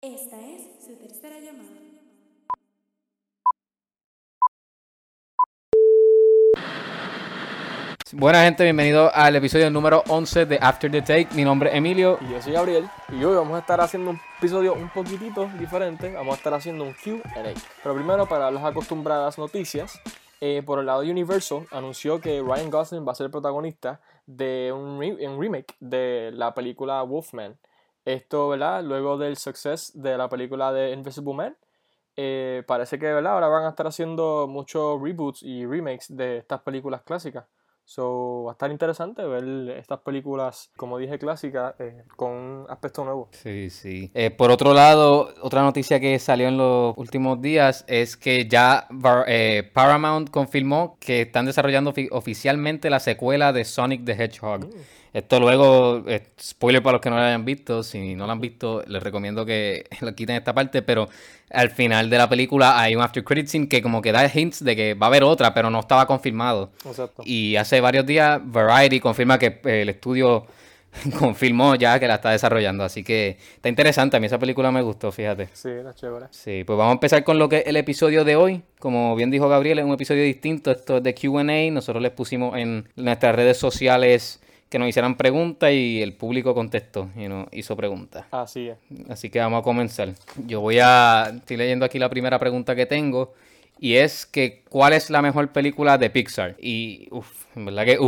Esta es su tercera llamada. Buena gente, bienvenido al episodio número 11 de After the Take. Mi nombre es Emilio. Y yo soy Gabriel. Y hoy vamos a estar haciendo un episodio un poquitito diferente. Vamos a estar haciendo un Q&A. Pero primero, para las acostumbradas noticias, por el lado de Universal, anunció que Ryan Gosling va a ser el protagonista de un remake de la película Wolfman. Esto, ¿verdad? Luego del success de la película de Invisible Man. Parece que, ¿verdad? Ahora van a estar haciendo muchos reboots y remakes de estas películas clásicas. So, va a estar interesante ver estas películas, como dije, clásicas, con un aspecto nuevo. Sí. Por otro lado, otra noticia que salió en los últimos días es que ya Paramount confirmó que están desarrollando oficialmente la secuela de Sonic the Hedgehog. Esto luego, spoiler para los que no lo hayan visto, si no lo han visto, les recomiendo que lo quiten esta parte, pero al final de la película hay un after credit scene que como que da hints de que va a haber otra, pero no estaba confirmado. Exacto. Y hace varios días Variety confirma que el estudio confirmó ya que la está desarrollando, así que está interesante, a mí esa película me gustó, fíjate. Sí, la chévere. Sí, pues vamos a empezar con lo que es el episodio de hoy. Como bien dijo Gabriel, es un episodio distinto, esto es de Q&A. Nosotros les pusimos en nuestras redes sociales que nos hicieran preguntas y el público contestó y nos hizo preguntas. Así es. Así que vamos a comenzar. Estoy leyendo aquí la primera pregunta que tengo y es que ¿cuál es la mejor película de Pixar? Y en verdad que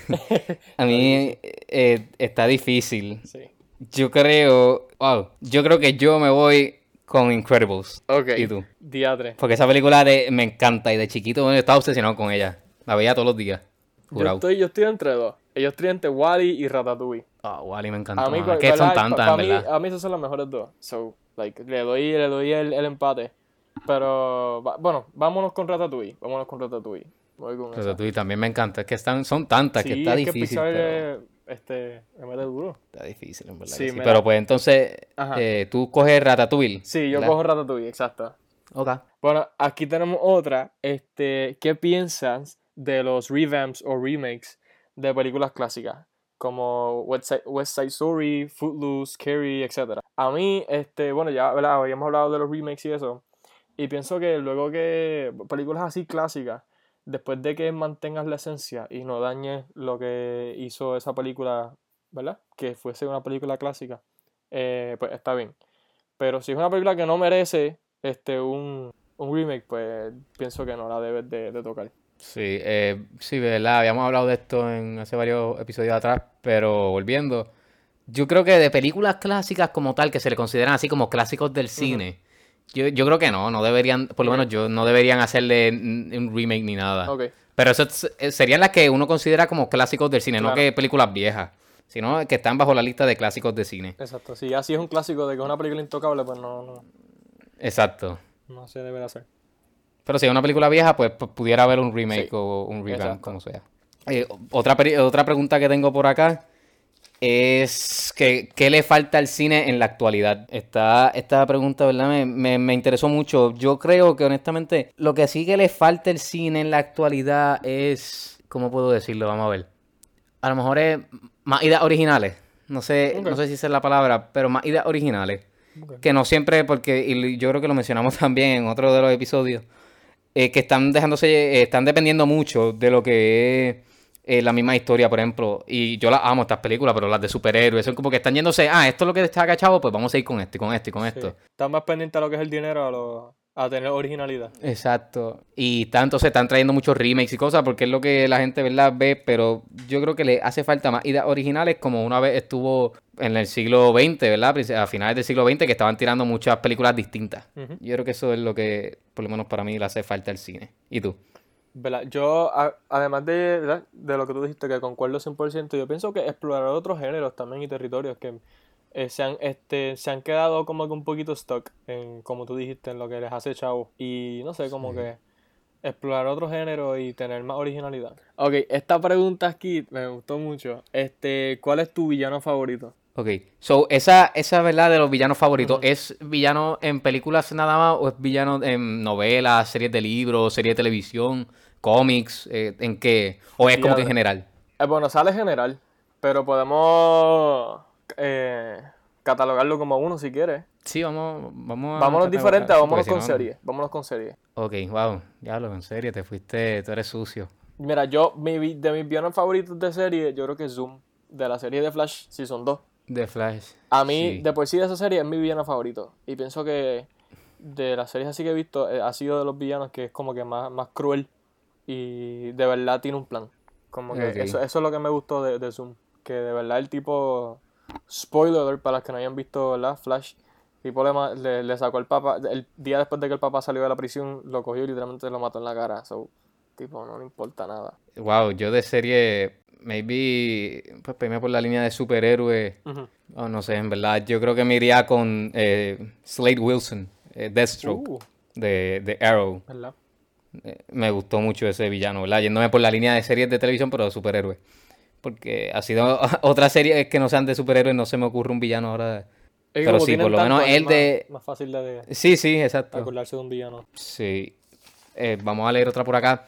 a mí está difícil. Sí. Yo creo que yo me voy con Incredibles. Ok. ¿Y tú? Diatre. Porque esa película me encanta y de chiquito bueno, estaba obsesionado con ella. La veía todos los días. Jurado. Yo estoy entre dos. Yo estoy entre Wall-E y Ratatouille. Wall-E me encantó. A mí, Es que son tantas, en verdad. a mí esas son las mejores dos. So, like, le doy el empate. Pero, bueno, vámonos con Ratatouille. Voy con esa. Ratatouille también me encanta. Es que son tantas que Sí, está es difícil. que Pixar Pero me mete duro. está difícil, en verdad. Sí, que sí. me Pero da- pues entonces, Ajá. tú coges Ratatouille. Sí, yo ¿verdad? cojo Ratatouille, exacto. Ok. Bueno, aquí tenemos otra. ¿Qué piensas de los revamps o remakes de películas clásicas? Como West Side Story, Footloose, Carrie, etc. A mí, bueno, ya ¿verdad? Habíamos hablado de los remakes y eso. Y pienso que luego que películas así clásicas, después de que mantengas la esencia y no dañes lo que hizo esa película, ¿verdad? Que fuese una película clásica, pues está bien. Pero si es una película que no merece un remake, pues pienso que no la debes de tocar. Sí, verdad, habíamos hablado de esto en hace varios episodios atrás, pero volviendo, yo creo que de películas clásicas como tal, que se le consideran así como clásicos del cine, yo creo que no deberían, por lo Ok. menos no deberían hacerle un remake ni nada. Ok. Pero eso serían las que uno considera como clásicos del cine, no Claro. que películas viejas, sino que están bajo la lista de clásicos de cine. Exacto. Si así es un clásico de que es una película intocable, pues Exacto. no se debe de hacer. Pero si es una película vieja, pues pudiera haber un remake Sí. o un revamp, Exacto. como sea. Otra pregunta que tengo por acá es que ¿qué le falta al cine en la actualidad? Esta pregunta, ¿verdad? Me interesó mucho. Yo creo que honestamente lo que sí que le falta al cine en la actualidad es, ¿cómo puedo decirlo? Vamos a ver. A lo mejor es más ideas originales. No sé Ok. si esa es la palabra, pero más ideas originales. Ok. Que no siempre, porque y yo creo que lo mencionamos también en otro de los episodios, que están dependiendo mucho de lo que es la misma historia, por ejemplo. Y yo las amo estas películas, pero las de superhéroes son como que están yéndose, esto es lo que está agachado, pues vamos a ir con esto y con esto y con Sí. esto. Estás más pendiente a lo que es el dinero, a tener originalidad. Exacto. Y entonces están trayendo muchos remakes y cosas porque es lo que la gente, ¿verdad?, ve, pero yo creo que le hace falta más ideas originales como una vez estuvo en el siglo XX, ¿verdad? A finales del siglo XX que estaban tirando muchas películas distintas. Ujú. Yo creo que eso es lo que, por lo menos para mí, le hace falta al cine. ¿Y tú? ¿Verdad? Yo, además ¿verdad? De lo que tú dijiste, que concuerdo 100%, yo pienso que explorar otros géneros también y territorios que se han quedado como que un poquito stuck en, como tú dijiste, en lo que les hace chavo. Y no sé, como que explorar otro género y tener más originalidad. Ok, esta pregunta aquí me gustó mucho. ¿Cuál es tu villano favorito? Ok, so esa verdad de los villanos favoritos, Ujú. ¿es villano en películas nada más o es villano en novelas, series de libros, series de televisión, cómics, en qué? ¿O es como que en Diadre. general? Bueno, sale general, pero podemos catalogarlo como uno si quieres. Sí, vamos a Vámonos diferentes, sí, vámonos porque con si no- series. Vámonos con series. Ok, wow, diablo, en serio, te fuiste, tú eres sucio. Mira, de mis villanos favoritos de serie, yo creo que es Zoom, de la serie de Flash Season 2. The Flash, A mí, sí. de por sí, de esa serie es mi villano favorito. Y pienso que de las series así que he visto, ha sido de los villanos que es como que más cruel y de verdad tiene un plan. Como que Ok. eso es lo que me gustó de Zoom. Que de verdad el tipo, spoiler alert para los que no hayan visto, ¿verdad? Flash, el tipo le sacó el papá, el día después de que el papá salió de la prisión, lo cogió y literalmente lo mató en la cara. So, tipo, no le importa nada. Wow, yo de serie, maybe, pues primero por la línea de superhéroe, Ujú. oh, no sé, en verdad, yo creo que me iría con Slade Wilson, Deathstroke, Uh, de Arrow. ¿Verdad? Me gustó mucho ese villano, ¿verdad? Yéndome por la línea de series de televisión, pero de superhéroes. Porque ha sido otras series que no sean de superhéroes, no se me ocurre un villano ahora. Es que Pero como sí, por tienen lo menos tanto, es el de... más fácil de Sí, sí, exacto. acordarse de un villano. Sí. Vamos a leer otra por acá.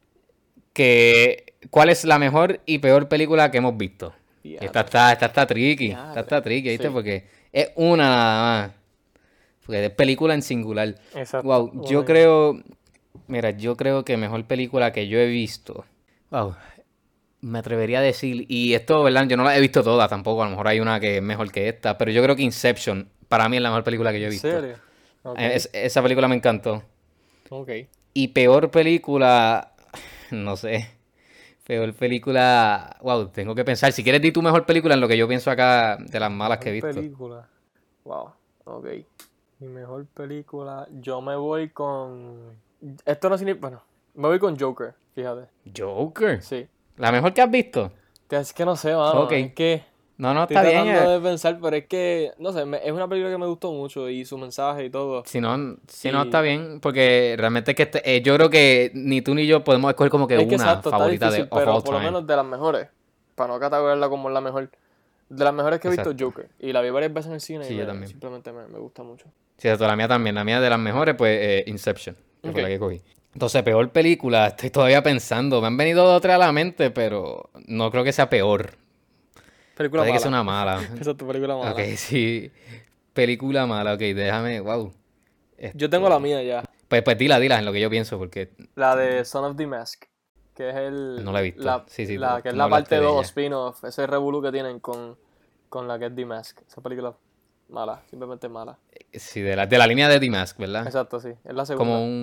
¿Cuál es la mejor y peor película que hemos visto? Esta está tricky. Esta está tricky, ¿viste? Sí. Porque es una nada más. Porque es película en singular. Exacto. Wow, Una yo y- creo... Mira, yo creo que mejor película que yo he visto. Wow, me atrevería a decir, y esto, ¿verdad? Yo no la he visto todas tampoco, a lo mejor hay una que es mejor que esta, pero yo creo que Inception, para mí es la mejor película que yo he ¿En visto. serio? Ok. Esa película me encantó. Ok. Y peor película, no sé, peor película, wow, tengo que pensar, si quieres di tu mejor película en lo que yo pienso acá de las malas que he Mejor visto. película. Wow. Ok. Mi mejor película. Yo me voy con. Esto no significa. Bueno, me voy con Joker, fíjate. Joker, Sí. la mejor que has visto. Es que no sé, mano. Ok, Es que. no, no, Estoy está bien. tratando de pensar, pero es que. No sé, es una película que me gustó mucho y su mensaje y todo. Si no está Y. bien, porque realmente es que yo creo que ni tú ni yo podemos escoger como que Es que una exacto, está favorita de difícil, of pero all por lo time. menos de las mejores. Para no catalogarla como la mejor. De las mejores que he visto, Exacto. Joker. Y la vi varias veces en el cine Sí, y yo también. simplemente me gusta mucho. Sí, exacto, la mía también. La mía de las mejores, pues Inception, que fue la Ok. que cogí. Entonces, peor película, estoy todavía pensando. Me han venido otras a la mente, pero no creo que sea peor. Película Puede que sea mala. una mala. Esa es tu película Ok, mala. sí. Película mala, ok, déjame, wow. Yo tengo la Esto. mía ya. Pues dila en lo que yo pienso, porque La de Son of the Mask. Que es no la he visto. Sí, sí, que es tú me la hablaste parte de 2 ella. spin-off. Ese revolú que tienen con la que es The Mask. Esa película mala. Simplemente mala. Sí, de la línea de The Mask, ¿verdad? Exacto, sí. Es la Como segunda.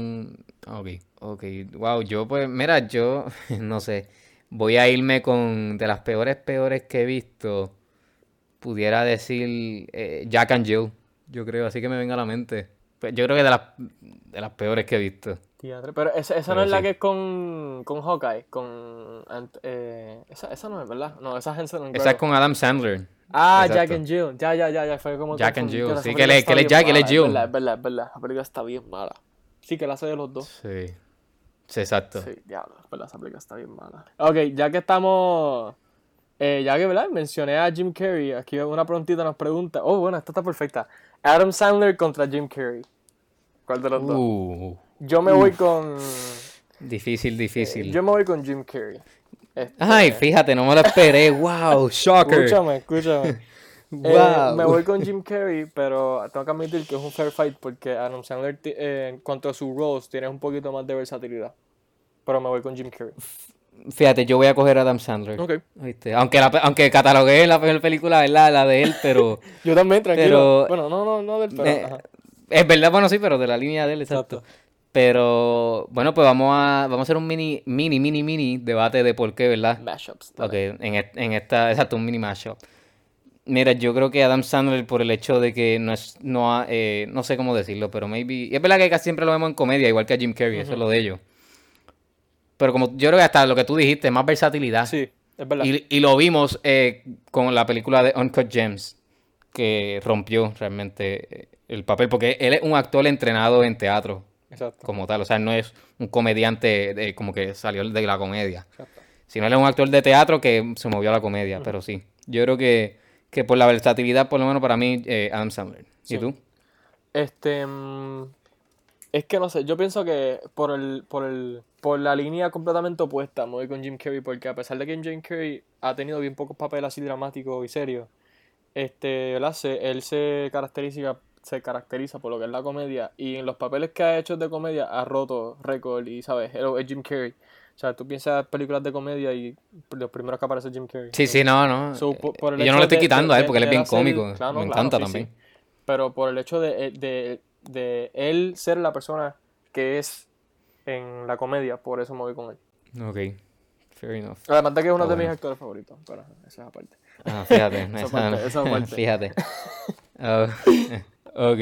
Ok, ok. Wow, yo pues, mira, yo no sé. Voy a irme con de las peores que he visto. Pudiera decir Jack and Jill, yo creo, así que me venga a la mente. Pues, yo creo que de las peores que he visto. Diadre. Pero esa no Pero es la sí. que es con Hawkeye. Esa no es, ¿verdad? No, esa es Hansel and Esa es Gretel. con Adam Sandler. Ah, Jack Exacto. and Jill. Ya. Fue como Jack and confundí. Jill. Pero esa Sí, que película él, que está él es bien Jack y él es mala. Jill. Es verdad. La película está bien mala. Sí, que la hace de los dos. Sí. Sí, exacto. Sí, diablo, es verdad, esa película está bien mala. Ok, ya que estamos. Ya que, ¿verdad? Mencioné a Jim Carrey. Aquí una preguntita nos pregunta. Oh, bueno, esta está perfecta. Adam Sandler contra Jim Carrey. ¿Cuál de los dos? Uh, Yo me voy con. difícil. Yo me voy con Jim Carrey. Ay, fíjate, no me lo esperé. Wow, shocker. Escúchame. Me Wow. voy con Jim Carrey, pero tengo que admitir que es un fair fight porque Adam Sandler, en cuanto a sus roles, tiene un poquito más de versatilidad. Pero me voy con Jim Carrey. Fíjate, yo voy a coger a Adam Sandler. Ok. ¿Viste? Aunque catalogué la peor película, ¿verdad? La de él, pero. Yo también, tranquilo. Pero. Bueno, no del pero. eh, Ajá. es verdad, bueno, sí, pero de la línea de él, exacto. Exacto. Pero. Bueno, pues vamos a hacer un mini debate de por qué, ¿verdad? Mashups. Ok, Dale. en esta. Exacto, un mini mashup. Mira, yo creo que Adam Sandler, por el hecho de que no sé cómo decirlo, pero maybe. Y es verdad que casi siempre lo vemos en comedia, igual que a Jim Carrey, eso es lo de ellos. Pero como yo creo que hasta lo que tú dijiste, más versatilidad. Sí, es verdad. Y lo vimos con la película de Uncut Gems, que rompió realmente el papel, porque él es un actor entrenado en teatro, Exacto. como tal. O sea, no es un comediante como que salió de la comedia, Exacto. sino él es un actor de teatro que se movió a la comedia. Pero sí, yo creo que por la versatilidad, por lo menos para mí, Adam Sandler. Sí. ¿Y tú? Es que no sé, yo pienso que por la línea completamente opuesta me voy con Jim Carrey porque a pesar de que Jim Carrey ha tenido bien pocos papeles así dramáticos y serios, ¿verdad? Él se caracteriza por lo que es la comedia y en los papeles que ha hecho de comedia ha roto récord y, ¿sabes? Es Jim Carrey. O sea, tú piensas películas de comedia y los primeros que aparece es Jim Carrey. Sí, sí, no, no. Por el Y yo no le hecho estoy quitando a él porque él es de él bien hacer, cómico. claro, Me no, claro, encanta sí, sí. también. Pero por el hecho de él ser la persona que es en la comedia, por eso me voy con él. Ok, fair enough. Además de que es uno Está de mis bueno. actores favoritos, pero esa es aparte. Ah, fíjate, Esa esa no. parte, esa parte. Fíjate. Ah, ok,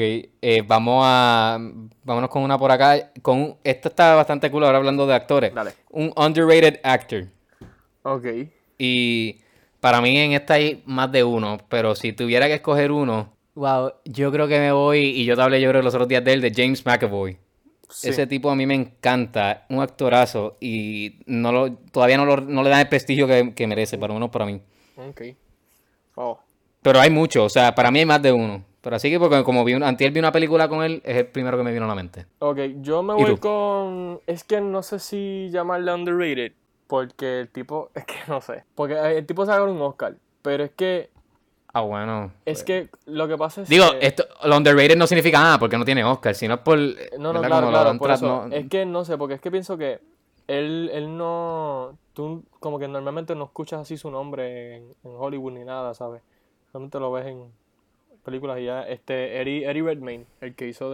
vámonos con una por acá. Esto está bastante cool ahora hablando de actores. Dale. Un underrated actor. Ok. Y para mí en esta hay más de uno, pero si tuviera que escoger uno, wow, yo creo que me voy, y yo te hablé yo creo los otros días de él, de James McAvoy. Sí. Ese tipo a mí me encanta, un actorazo, y todavía no le dan el prestigio que merece, por lo menos para mí. Ok. Oh. Pero hay muchos, o sea, para mí hay más de uno. Pero así que porque como antier vi una película con él, es el primero que me vino a la mente. Ok, yo me ¿Y voy tú? con... Es que no sé si llamarle underrated, porque el tipo... Es que no sé. Porque el tipo se ha ganado un Oscar, pero Ah, bueno. es que lo que pasa es Digo, que... lo underrated no significa nada porque no tiene Oscar, sino es por, No, no, ¿verdad? claro, Como lo claro, han por eso. tratado. Es que no sé, porque es que pienso que él no... Tú como que normalmente no escuchas así su nombre en Hollywood ni nada, ¿sabes? Normalmente lo ves en películas y ya. Eddie Redmayne, el que hizo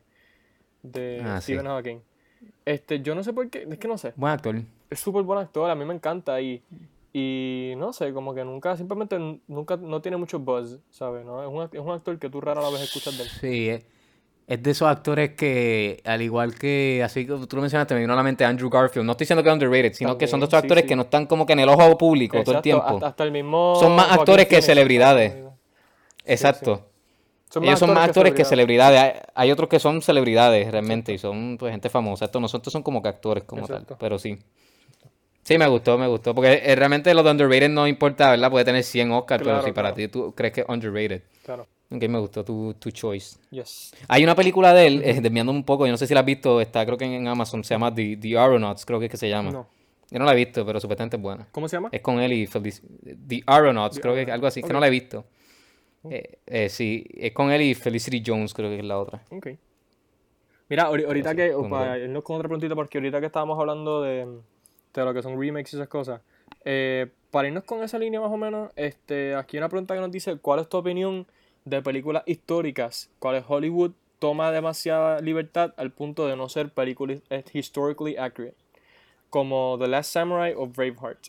de Ah, sí. Stephen Hawking. Yo no sé por qué, es que no sé. Buen actor. Es súper buen actor, a mí me encanta y no sé, como que simplemente nunca, no tiene mucho buzz, ¿sabes? ¿No? Es un actor que tú rara la vez escuchas de él. Sí, es de esos actores que, al igual que, así que tú lo mencionaste, me vino a la mente Andrew Garfield. No estoy diciendo que es underrated, sino que son de También, esos sí, actores que sí. no están como que en el ojo público todo el Exacto, tiempo. hasta el Son mismo más Joaquin actores que Phoenix está en celebridades. comida. Sí, sí. Exacto. Son más Ellos son actores más que actores que celebridades. celebridades. Hay otros que son celebridades realmente y Exacto, son pues gente famosa. Nosotros son como que actores como tal, exacto. pero sí. Sí, me gustó, porque realmente los de underrated no importa, ¿verdad? Puede tener 100 Oscars, pero si Claro, para claro, ti tú crees que es underrated. claro. Ok, me gustó tu choice. Yes. Hay una película de él, Ujú. desviando un poco, yo no sé si la has visto, está creo que en Amazon, se llama The Aeronauts, creo que es que se llama. No. Yo no la he visto, pero supuestamente es buena. ¿Cómo se llama? Es con él y The Aeronauts, The creo que algo Aeronauts. así, que Ok. no la he visto. Oh, Sí, es con él y Felicity Jones, creo que es la otra. ok. Mira, Pero ahorita sí, para irnos con otra preguntita, porque ahorita que estábamos hablando de lo que son remakes y esas cosas, para irnos con esa línea más o menos, aquí hay una pregunta que nos dice, ¿cuál es tu opinión de películas históricas? ¿Cuál es Hollywood toma demasiada libertad al punto de no ser películas historically accurate? Como The Last Samurai o Braveheart.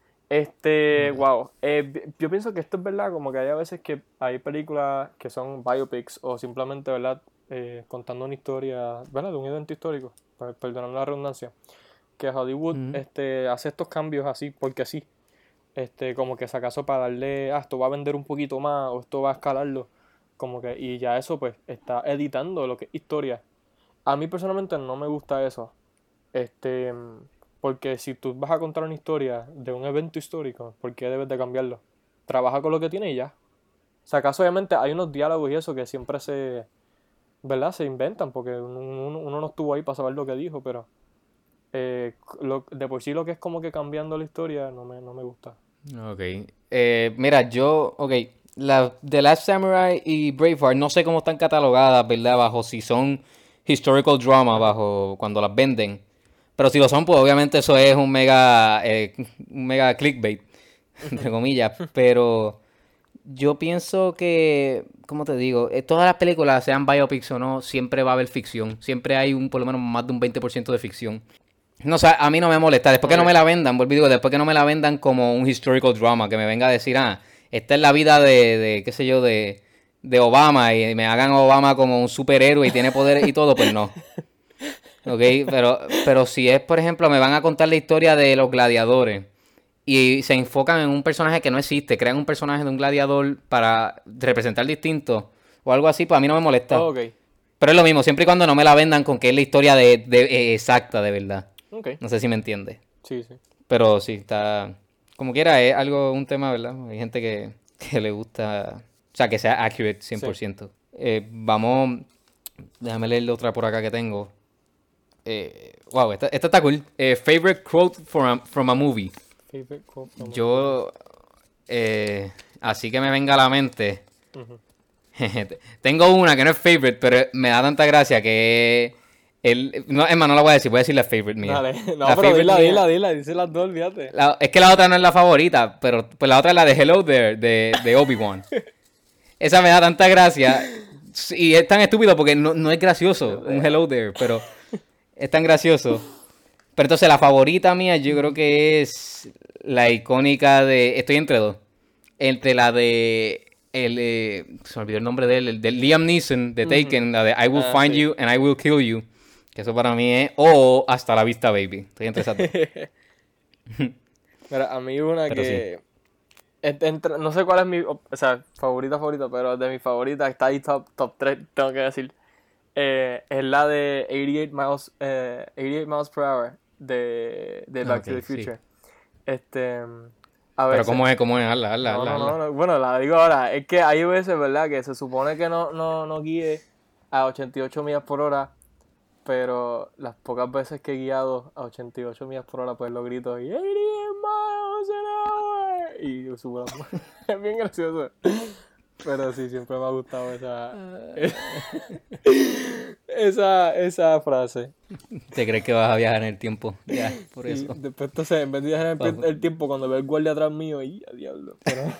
Wow. Yo pienso que esto es verdad, como que hay a veces que hay películas que son biopics o simplemente, ¿verdad? Contando una historia, ¿verdad? De un evento histórico, perdonando la redundancia, que Hollywood Mm. hace estos cambios así, porque sí, como que si acaso para darle, esto va a vender un poquito más o esto va a escalarlo, como que, y ya eso pues está editando lo que es historia. A mí personalmente no me gusta eso. Este, Porque si tú vas a contar una historia de un evento histórico, ¿por qué debes de cambiarlo? Trabaja con lo que tiene y ya. O sea, acaso obviamente hay unos diálogos y eso que siempre ¿verdad? Se inventan, porque uno no estuvo ahí para saber lo que dijo, pero de por sí lo que es como que cambiando la historia no me gusta. Ok. Mira, ok. The Last Samurai y Braveheart no sé cómo están catalogadas, ¿verdad? Bajo si son historical drama, Ajá. bajo cuando las venden. Pero si lo son, pues obviamente eso es un mega clickbait, entre Ujú. comillas. Pero yo pienso que, ¿cómo te digo? Todas las películas, sean biopics o no, siempre va a haber ficción. Siempre hay por lo menos más de un 20% de ficción. No, o sea, a mí no me molesta. Después que no me Ok. la vendan, vuelvo y digo, después que no me la vendan como un historical drama, que me venga a decir, esta es la vida qué sé yo, de Obama y me hagan Obama como un superhéroe y tiene poder y todo, pues no. Ok, pero si es, por ejemplo, me van a contar la historia de los gladiadores y se enfocan en un personaje que no existe, crean un personaje de un gladiador para representar distinto o algo así, pues a mí no me molesta. Ok. Pero es lo mismo, siempre y cuando no me la vendan con que es la historia exacta, de verdad. Ok. No sé si me entiendes. Sí, sí. Pero sí, está. Como quiera, es un tema, ¿verdad? Hay gente que le gusta. O sea, que sea accurate Sí. 100%. Vamos. Déjame leer otra por acá que tengo. Wow, esta está cool. Favorite quote from a movie. Favorite quote from a movie. Yo. así que me venga a la mente. Ujú. Tengo una que no es favorite, pero me da tanta gracia que no, es más, no la voy a decir la favorite mía. Dale, no, La pero favorite mía- dice las dos, olvídate. es que la otra no es la favorita, pero pues la otra es la de Hello There, de Obi-Wan. Esa me da tanta gracia. Y es tan estúpido porque no es gracioso, un Hello There, pero es tan gracioso. Pero entonces la favorita mía yo creo que es la icónica de... Estoy entre dos. Entre la de... se me olvidó el nombre de él, el de Liam Neeson de Taken, la de I Will Find Sí. You and I Will Kill You. Que eso para mí es... O Hasta la Vista Baby. Estoy entre esas dos. Mira, a mí una Pero que... no sé cuál es mi... O sea, favorita, pero de mi favorita está ahí top 3, tengo que decir. Es la de 88 miles per hour de Back to Ok, the sí. Future. A ver, Pero ¿cómo es? Hazla. no. Bueno, la digo ahora. Es que hay veces, ¿verdad? Que se supone que no guíe a 88 millas por hora, pero las pocas veces que he guiado a 88 millas por hora, pues lo grito y 88 miles an hour. Y subo la mano. Es bien gracioso. Pero sí, siempre me ha gustado esa frase. ¿Te crees que vas a viajar en el tiempo? Ya, por Sí, eso. después entonces, en vez de viajar el tiempo, cuando ve el guardia atrás mío, ¡y a diablo! Pero...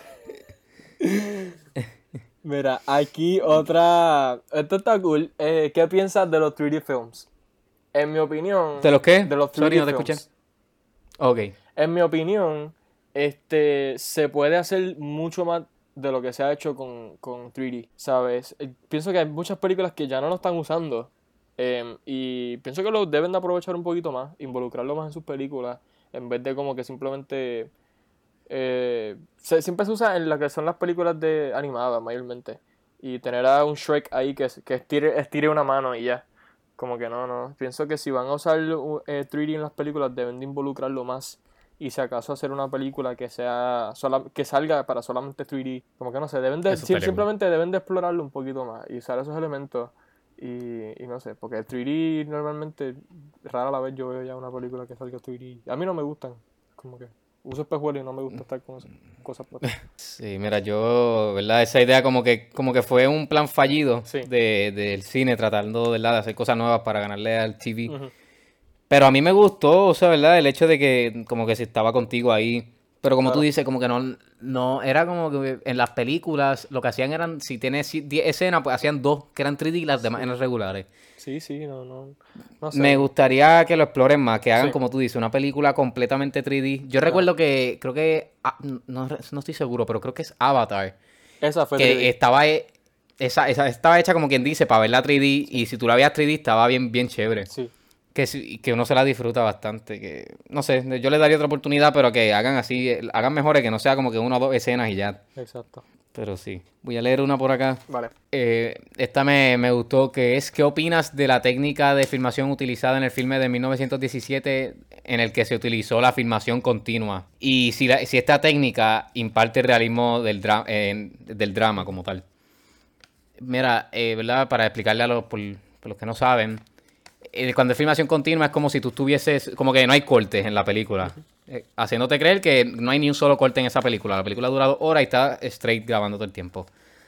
Mira, aquí otra... Esto está cool. ¿Qué piensas de los 3D films? En mi opinión... ¿De los qué? De los 3D Sorry, no te films. escuché. Ok. En mi opinión, se puede hacer mucho más de lo que se ha hecho con 3D, ¿sabes? Pienso que hay muchas películas que ya no lo están usando. Y pienso que lo deben de aprovechar un poquito más, involucrarlo más en sus películas, en vez de como que simplemente... siempre se usa en lo que son las películas de animadas, mayormente. Y tener a un Shrek ahí que estire una mano y ya. Como que no. Pienso que si van a usar 3D en las películas, deben de involucrarlo más. Y si acaso hacer una película que que salga para solamente 3D. Como que no sé, Eso estaría simplemente deben de explorarlo un poquito más. Y usar esos elementos. Y no sé, porque el 3D normalmente, rara la vez yo veo ya una película que salga 3D. A mí no me gustan. Como que uso espejuelos y no me gusta estar con esas cosas puestas. Sí, mira, yo, ¿verdad? Esa idea como que fue un plan fallido Sí. del cine tratando, ¿verdad? De hacer cosas nuevas para ganarle al TV. Ujú. Pero a mí me gustó, o sea, ¿verdad? El hecho de que como que si estaba contigo ahí. Pero como tú Claro. dices, como que no, era como que en las películas lo que hacían eran, si tienes 10 escenas, pues hacían 2 que eran 3D y las demás eran regulares. Sí, no sé. Me gustaría que lo exploren más, que hagan, Sí. como tú dices, una película completamente 3D. Yo recuerdo que, creo que, no estoy seguro, pero creo que es Avatar, Esa fue que 3D. esa estaba hecha como quien dice, para verla 3D, y si tú la veías 3D estaba bien, bien chévere. Sí, Que uno se la disfruta bastante, que, no sé, yo le daría otra oportunidad, pero que hagan así, hagan mejores, que no sea como que una o dos escenas y ya. exacto. Pero sí. Voy a leer una por acá. Vale. Esta me gustó, que es, ¿qué opinas de la técnica de filmación utilizada en el filme de 1917 en el que se utilizó la filmación continua? Y si esta técnica imparte el realismo del drama como tal. Mira, ¿verdad? Para explicarle por los que no saben, cuando es filmación continua es como si tú estuvieses, como que no hay cortes en la película. Haciéndote creer que no hay ni un solo corte en esa película. La película dura 2 horas y está straight grabando todo el tiempo.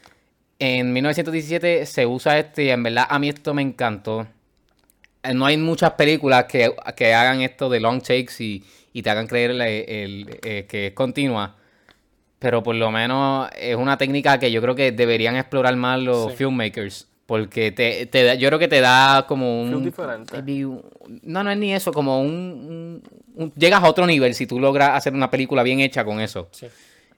En 1917 se usa y en verdad a mí esto me encantó. No hay muchas películas que hagan esto de long takes y te hagan creer que es continua. Pero por lo menos es una técnica que yo creo que deberían explorar más los Sí. filmmakers. Porque yo creo que te da como Feel un... diferente. No es ni eso, como llegas a otro nivel si tú logras hacer una película bien hecha con eso. Sí.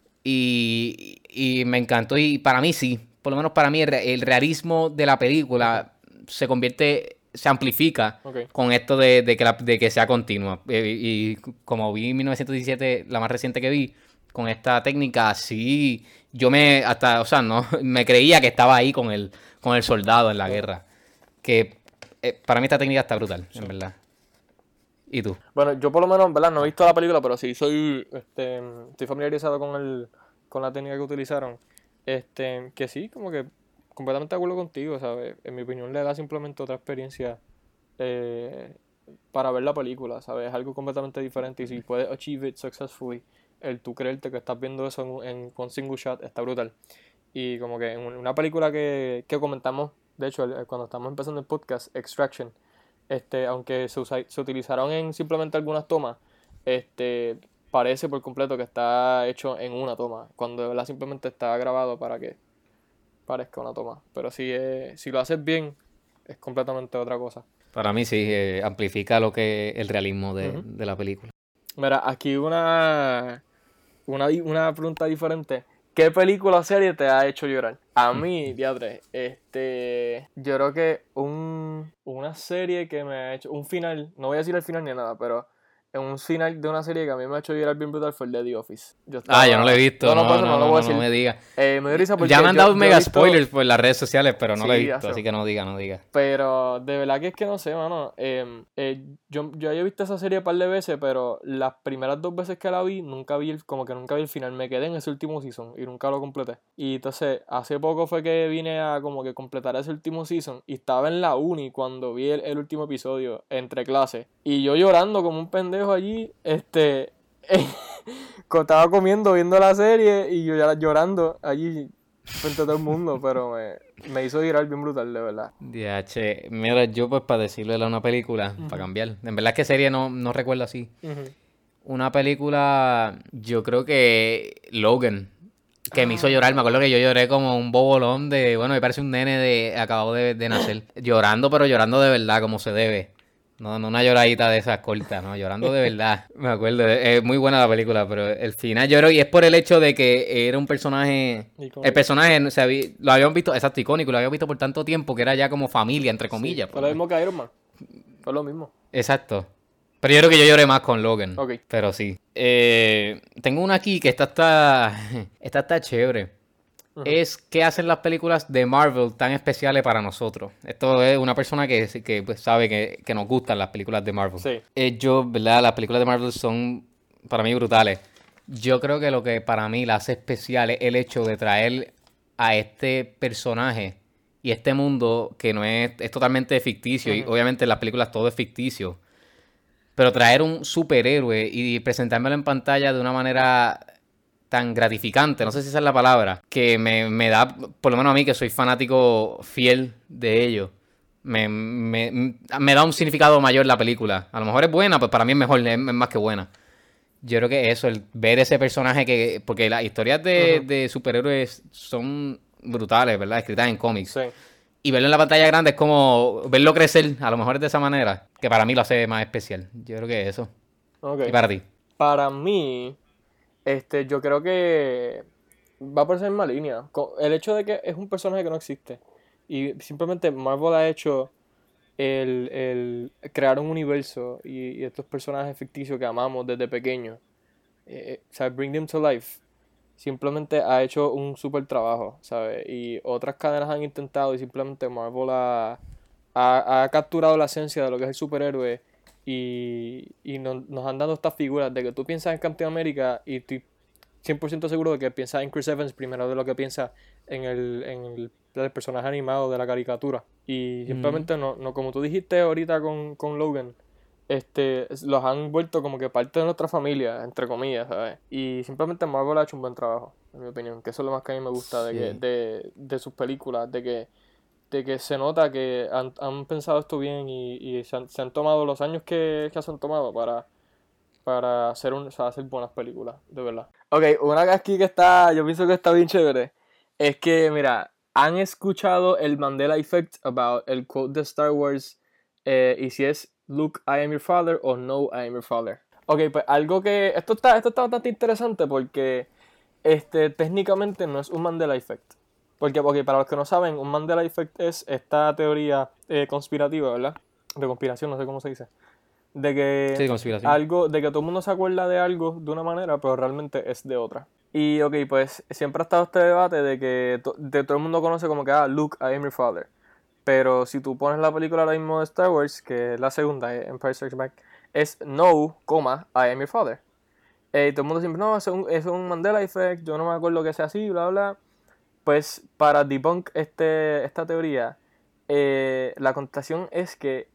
Y me encantó. Y para mí sí. Por lo menos para mí el realismo de la película se amplifica Ok. con esto de que sea continua. Y como vi en 1917, la más reciente que vi, con esta técnica, sí, o sea, no, me creía que estaba ahí con el soldado en la guerra. Que para mí esta técnica está brutal, en verdad. ¿Y tú? Bueno, yo por lo menos, en verdad, no he visto la película, pero sí estoy familiarizado con la técnica que utilizaron. Que sí, como que completamente de acuerdo contigo, ¿sabes? En mi opinión le da simplemente otra experiencia para ver la película, ¿sabes? Es algo completamente diferente y si puedes achieve it successfully, el tú creerte que estás viendo eso con single shot está brutal. Y como que en una película que comentamos, de hecho, cuando estamos empezando el podcast, Extraction, aunque se utilizaron en simplemente algunas tomas, este, parece por completo que está hecho en una toma, cuando de verdad simplemente está grabado para que parezca una toma. Pero si lo haces bien, es completamente otra cosa. Para mí sí, amplifica lo que el realismo Ujú. de la película. Mira, aquí una pregunta diferente. ¿Qué película o serie te ha hecho llorar? A mí, diadre, yo creo que una serie que me ha hecho, un final, no voy a decir el final ni nada, pero en un final de una serie que a mí me ha hecho llorar bien brutal fue el de The Office. Yo no lo he visto, No, por no, eso no, no lo no, voy a no, no decir. me digas. Me dio risa porque Ya me han dado yo he mega visto... spoilers por las redes sociales, pero no lo he Sí, visto, hace- así que no diga, no diga. Pero de verdad que es que no sé, mano. Yo había visto esa serie un par de veces, pero las primeras 2 veces que la vi, como que nunca vi el final. Me quedé en ese último season y nunca lo completé. Y entonces, hace poco fue que vine a como que completar ese último season y estaba en la uni cuando vi el último episodio entre clases. Y yo llorando como un pendejo allí, estaba comiendo, viendo la serie y yo ya llorando allí frente a todo el mundo, pero me hizo llorar bien brutal, de verdad. DH, mira, yo pues para decirle a una película, para Ujú, cambiar. En verdad es que serie no recuerdo así. ujú. Una película, yo creo que Logan, que me hizo Ah, llorar. Me acuerdo que Logan. yo lloré como un bobolón bueno, me parece un nene acabado de nacer. Llorando, pero llorando de verdad, como se debe. No una lloradita de esas cortas, no, llorando de verdad. Me acuerdo, es muy buena la película, pero el final lloro y es por el hecho de que era un personaje. El Icónico. personaje lo habíamos visto, exacto, icónico, lo habíamos visto por tanto tiempo que era ya como familia, entre Sí, comillas. fue Pues, lo ¿no? mismo que Iron Man. Fue lo mismo. Exacto. Pero yo creo que yo lloré más con Logan. Ok. Pero sí. Tengo una aquí que esta está chévere. Ujú. Es qué hacen las películas de Marvel tan especiales para nosotros. Esto es una persona que pues, sabe que nos gustan las películas de Marvel. Sí. ¿Verdad? Las películas de Marvel son para mí brutales. Yo creo que lo que para mí la hace especial es el hecho de traer a este personaje y este mundo que no es totalmente ficticio. Y Ujú. obviamente en las películas todo es ficticio. Pero traer un superhéroe y presentármelo en pantalla de una manera tan gratificante, no sé si esa es la palabra, que me da, por lo menos a mí que soy fanático fiel de ellos, me da un significado mayor la película. A lo mejor es buena, pues para mí es mejor, es más que buena. Yo creo que eso, el ver ese personaje porque las historias Ujú. de superhéroes son brutales, ¿verdad? Escritas en cómics. Sí. Y verlo en la pantalla grande es como verlo crecer, a lo mejor es de esa manera, que para mí lo hace más especial. Yo creo que eso. ¿Y Ok. para ti? Para mí, yo creo que va por esa misma línea. El hecho de que es un personaje que no existe. Y simplemente Marvel ha hecho el crear un universo y estos personajes ficticios que amamos desde pequeños. O sea, Bring Them to Life. Simplemente ha hecho un súper trabajo, ¿sabes? Y otras cadenas han intentado y simplemente Marvel ha capturado la esencia de lo que es el superhéroe y nos han dado estas figuras de que tú piensas en Captain América y estoy 100% seguro de que piensas en Chris Evans primero de lo que piensas en el personaje animado de la caricatura. Y Mm, simplemente no como tú dijiste ahorita con Logan, los han vuelto como que parte de nuestra familia, entre comillas, ¿sabes? Y simplemente Marvel ha hecho un buen trabajo, en mi opinión, que eso es lo más que a mí me gusta sí. de sus películas, de que se nota que han pensado esto bien y se han tomado los años que se han tomado para o sea, hacer buenas películas, de verdad. Ok, una que aquí yo pienso que está bien chévere, es que, mira, han escuchado el Mandela Effect about el quote de Star Wars, y si es Luke, I am your father o No, I am your father. Ok, pues algo que, esto está bastante interesante porque, técnicamente no es un Mandela Effect. Porque para los que no saben, un Mandela Effect es esta teoría conspirativa, ¿verdad? De conspiración, no sé cómo se dice de que Sí, conspiración. de que todo el mundo se acuerda de algo de una manera, pero realmente es de otra. Y ok, pues siempre ha estado este debate de que de todo el mundo conoce como que, Luke, I am your father. Pero si tú pones la película ahora mismo de Star Wars, que es la segunda, Empire Strikes Back, es No, I am your father. Y todo el mundo siempre, no, es un Mandela Effect, yo no me acuerdo que sea así, bla, bla. Pues para debunk esta teoría, la contestación es que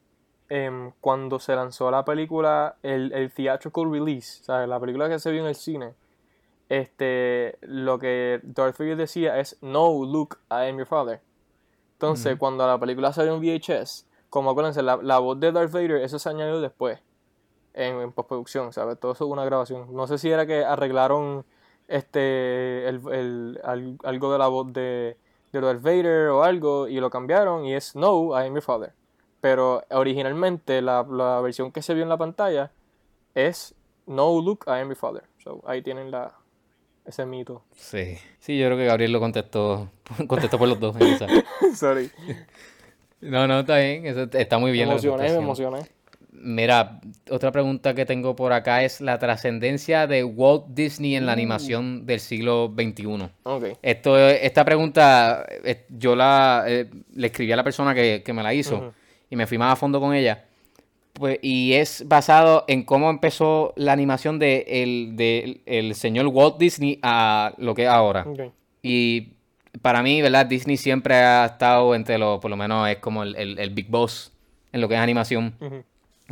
cuando se lanzó la película, el theatrical release, ¿sabes? La película que se vio en el cine, lo que Darth Vader decía es "No, Luke, I am your father". Entonces, cuando la película salió en VHS, como acuérdense, la voz de Darth Vader, eso se añadió después, en postproducción, ¿sabes? Todo eso es una grabación. No sé si era que arreglaron algo de la voz de Darth Vader o algo y lo cambiaron y es "No, I am your father". Pero originalmente la versión que se vio en la pantalla es "No, Luke, I am your father". So, ahí tienen ese mito. Sí. Sí, yo creo que Gabriel lo contestó, contestó por los dos en esa. Sorry. No, no, está bien, eso está muy Me bien la emocioné, me contestación. emocioné. Mira, otra pregunta que tengo por acá es la trascendencia de Walt Disney en la animación del siglo XXI. Ok. Esta pregunta le escribí a la persona que me la hizo y me fui más a fondo con ella. Pues, y es basado en cómo empezó la animación de el señor Walt Disney a lo que es ahora. Ok. Y para mí, ¿verdad? Disney siempre ha estado entre los, por lo menos es como el Big Boss en lo que es animación. Ujú.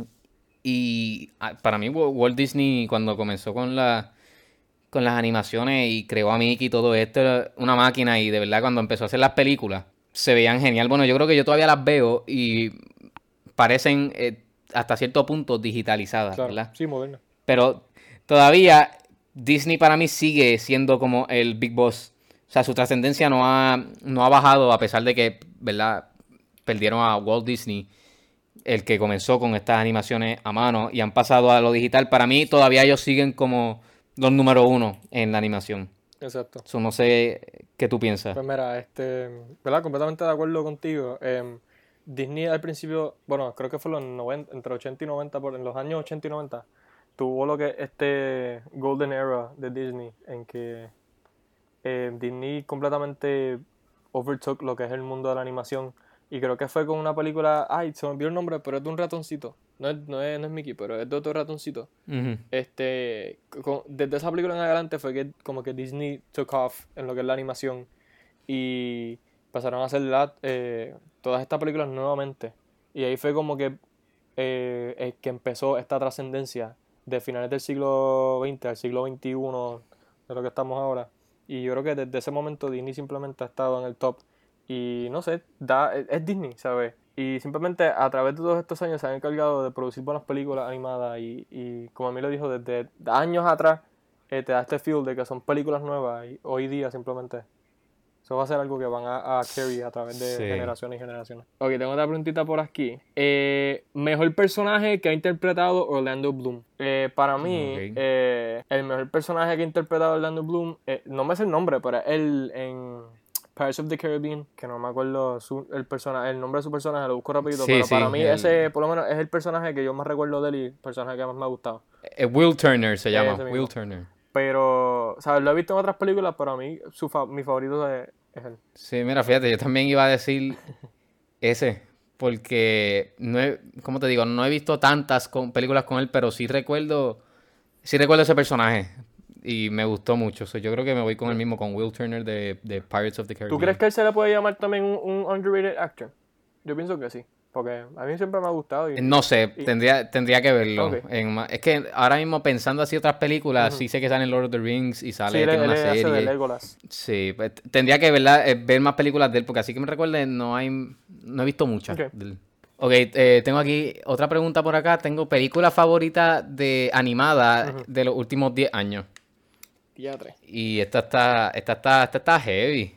Y para mí Walt Disney cuando comenzó con las animaciones y creó a Mickey y todo esto, era una máquina y de verdad cuando empezó a hacer las películas se veían genial. Bueno, yo creo que yo todavía las veo y parecen hasta cierto punto digitalizadas, Claro. ¿verdad? Sí, moderno. Pero todavía Disney para mí sigue siendo como el Big Boss. O sea, su trascendencia no ha bajado a pesar de que, ¿verdad? Perdieron a Walt Disney, el que comenzó con estas animaciones a mano y han pasado a lo digital. Para mí todavía ellos siguen como los número uno en la animación. Exacto. So, no sé qué tú piensas. Pues mira, ¿verdad? Completamente de acuerdo contigo. Disney al principio, bueno, creo que fue los 90, entre 80 y 90, en los años 80 y 90, tuvo lo que Golden Era de Disney, en que Disney completamente overtook lo que es el mundo de la animación. Y creo que fue con una película, ay, se me olvidó el nombre, pero es de un ratoncito. No es Mickey, pero es de otro ratoncito. Ujú. Desde esa película en adelante fue que como que Disney took off en lo que es la animación y empezaron a hacer todas estas películas nuevamente. Y ahí fue como que empezó esta trascendencia de finales del siglo XX al siglo XXI, de lo que estamos ahora. Y yo creo que desde ese momento Disney simplemente ha estado en el top. Y no sé, es Disney, ¿sabes? Y simplemente a través de todos estos años se han encargado de producir buenas películas animadas y como a mí lo dijo, desde años atrás te da este feel de que son películas nuevas y hoy día simplemente eso va a ser algo que van a carry a través de Sí. generaciones y generaciones. Ok, tengo otra preguntita por aquí. Mejor personaje que ha interpretado Orlando Bloom. Para mí, Ok. el mejor personaje que ha interpretado Orlando Bloom, no me sé el nombre, pero él en Pirates of the Caribbean, que no me acuerdo el nombre de su personaje, lo busco rapidito, Sí, pero sí, para mí ese por lo menos es el personaje que yo más recuerdo de él y el personaje que más me ha gustado. Will Turner se llama. Ese Will mismo. Turner. Pero, ¿sabes? Lo he visto en otras películas, pero a mí mi favorito es él. Sí, mira, fíjate, yo también iba a decir ese, porque ¿cómo te digo? No he visto tantas películas con él, pero sí recuerdo ese personaje y me gustó mucho. So, yo creo que me voy con el mismo, con Will Turner de Pirates of the ¿Tú crees Caribbean. que él se le puede llamar también un underrated actor? Yo pienso que sí, porque a mí siempre me ha gustado. No sé, tendría que verlo. Ok. Es que ahora mismo pensando así otras películas, Ujú. sí sé que sale en Lord of the Rings y Sí, sale, él, tiene él una hace de serie. Legolas. Sí, pues, tendría que ver más películas de él, porque así que me recuerde, no he visto muchas Ok. de él. Ok, tengo aquí otra pregunta por acá. Tengo película favorita animada Ujú. de los últimos 10 años. Diatre. Y esta está heavy,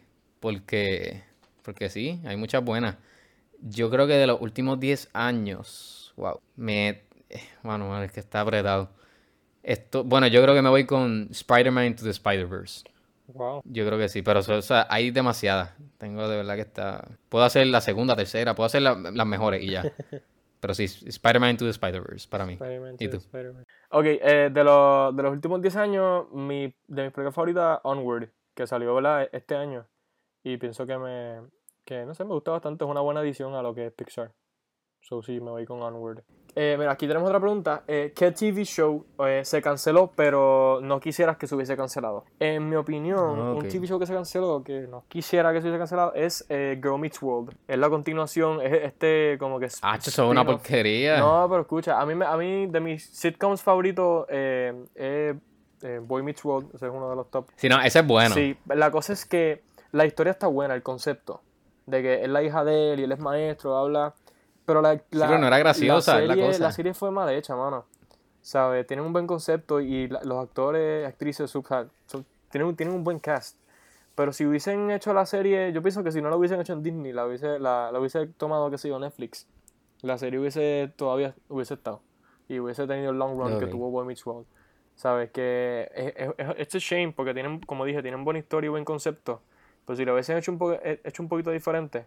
porque sí, hay muchas buenas. Yo creo que de los últimos 10 años, wow, bueno, es que está apretado. Bueno, yo creo que me voy con Spider-Man Into the Spider-Verse. Wow. Yo creo que sí, pero o sea, hay demasiadas. Tengo de verdad que está. Puedo hacer la segunda, tercera, puedo hacer las mejores y ya. Pero sí, Spider-Man Into the Spider-Verse para mí. Spider-Man ¿Y to the tú? Spider-Man. Ok, de los últimos 10 años, de mis películas favoritas, Onward, que salió, ¿verdad? Este año. Y pienso que no sé, me gusta bastante, es una buena adición a lo que es Pixar. So sí, me voy con Onward. Mira, aquí tenemos otra pregunta. ¿Qué TV show se canceló, pero no quisieras que se hubiese cancelado? En mi opinión, Ok. un TV show que se canceló, que no quisiera que se hubiese cancelado, es Girl Meets World. Es la continuación, es como que Ah, eso es una spin-off. porquería. No, pero escucha, a mí de mis sitcoms favoritos Boy Meets World, ese es uno de los top. Sí, no, ese es bueno. Sí, la cosa es que la historia está buena, el concepto, de que es la hija de él y él es maestro, habla, pero pero no era graciosa, es la cosa. la serie fue mal hecha, mano. ¿Sabes? Tienen un buen concepto y los actores, actrices, tienen un buen cast. Pero si hubiesen hecho la serie, yo pienso que si no la hubiesen hecho en Disney, la hubiese tomado, qué sé yo, Netflix, la serie todavía hubiese estado. Y hubiese tenido el long run que tuvo Boy Meets World. ¿Sabes? Que it's a shame porque tienen, como dije, tienen buena historia y buen concepto. Pero si lo hubiesen hecho un poquito diferente.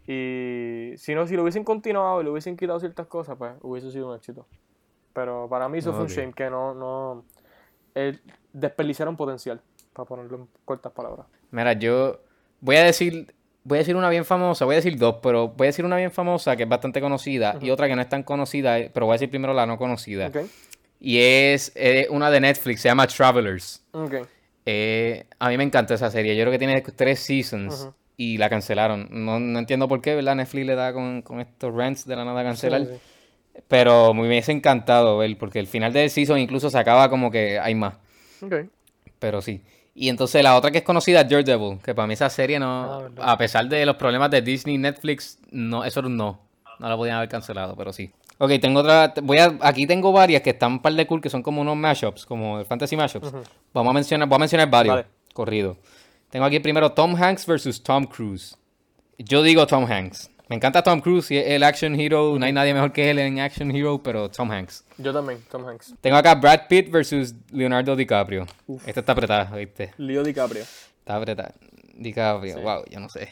Y si lo hubiesen continuado y le hubiesen quitado ciertas cosas, pues hubiese sido un éxito. Pero para mí eso fue un shame que no desperdiciaron potencial, para ponerlo en cortas palabras. Mira, yo voy a decir una bien famosa, voy a decir dos, pero voy a decir una bien famosa que es bastante conocida y otra que no es tan conocida, pero voy a decir primero la no conocida. Okay. Y es una de Netflix, se llama Travelers. Okay. A mí me encanta esa serie, yo creo que tiene 3 seasons y la cancelaron. No entiendo por qué, ¿verdad? Netflix le da con estos rants de la nada a cancelar. Sí. Pero me hubiese encantado ver, porque el final del season incluso se acaba como que hay más. Okay. Pero sí. Y entonces la otra que es conocida es Daredevil, que para mí esa serie verdad. a pesar de los problemas de Disney y Netflix, no la podían haber cancelado, pero sí. Ok, tengo otra, aquí tengo varias que están un par de cool, que son como unos mashups, como el fantasy mashups. Voy a mencionar varios, Vale. corrido. Tengo aquí primero Tom Hanks versus Tom Cruise. Yo digo Tom Hanks. Me encanta Tom Cruise, y es el action hero, no hay nadie mejor que él en action hero, pero Tom Hanks. Yo también, Tom Hanks. Tengo acá Brad Pitt versus Leonardo DiCaprio. Esta está apretada, ¿viste? Leo DiCaprio. Está apretada. DiCaprio, Sí. wow, yo no sé.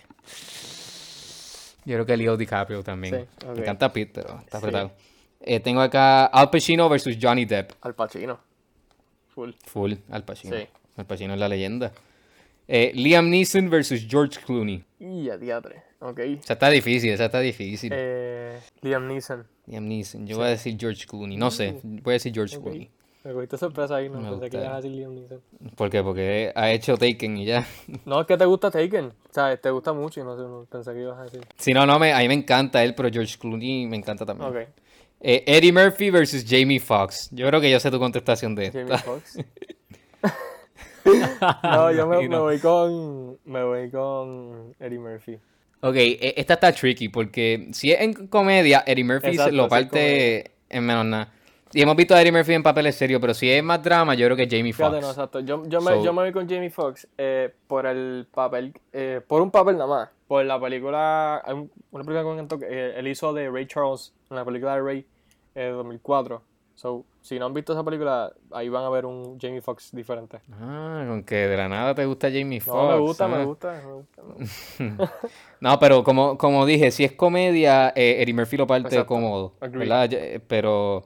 Yo creo que Leo DiCaprio también. Sí, ok. Me encanta Pitt, pero está Sí. apretado. Tengo acá Al Pacino versus Johnny Depp. Al Pacino. Full, Al Pacino. Sí. Al Pacino es la leyenda. Liam Neeson versus George Clooney. Y a diatre. Ok. Esa está difícil. Liam Neeson. Liam Neeson. Yo voy a decir George Clooney. No sé, voy a decir George Ok. Clooney. Me cogiste sorpresa ahí, no Me pensé que gusta. ibas a decir Liam Neeson. ¿Por qué? Porque ha hecho Taken y ya. No, es que te gusta Taken. O sea, te gusta mucho y no sé, no pensé que ibas a decir. Si no, a mí me encanta él, pero George Clooney me encanta también. Ok. Eddie Murphy versus Jamie Foxx. Yo creo que yo sé tu contestación de Jamie esta. Foxx. No, yo me No. voy con Eddie Murphy. Ok, esta está tricky porque si es en comedia, Eddie Murphy Exacto, lo sí, parte en menos nada. Y hemos visto a Eddie Murphy en papeles serios, pero si es más drama, yo creo que Jamie Fíjate, Foxx. no, exacto. Yo me voy con Jamie Foxx por el papel, por un papel nada más. Por la película, hay una película que me encantó que él hizo de Ray Charles, en la película de Ray, 2004. So, si no han visto esa película, ahí van a ver un Jamie Foxx diferente. Con que de la nada te gusta Jamie Foxx. No, me gusta, ¿ah? me gusta. No, pero como dije, si es comedia, Eddie Murphy lo parte Exacto. cómodo, Agree. ¿verdad? Pero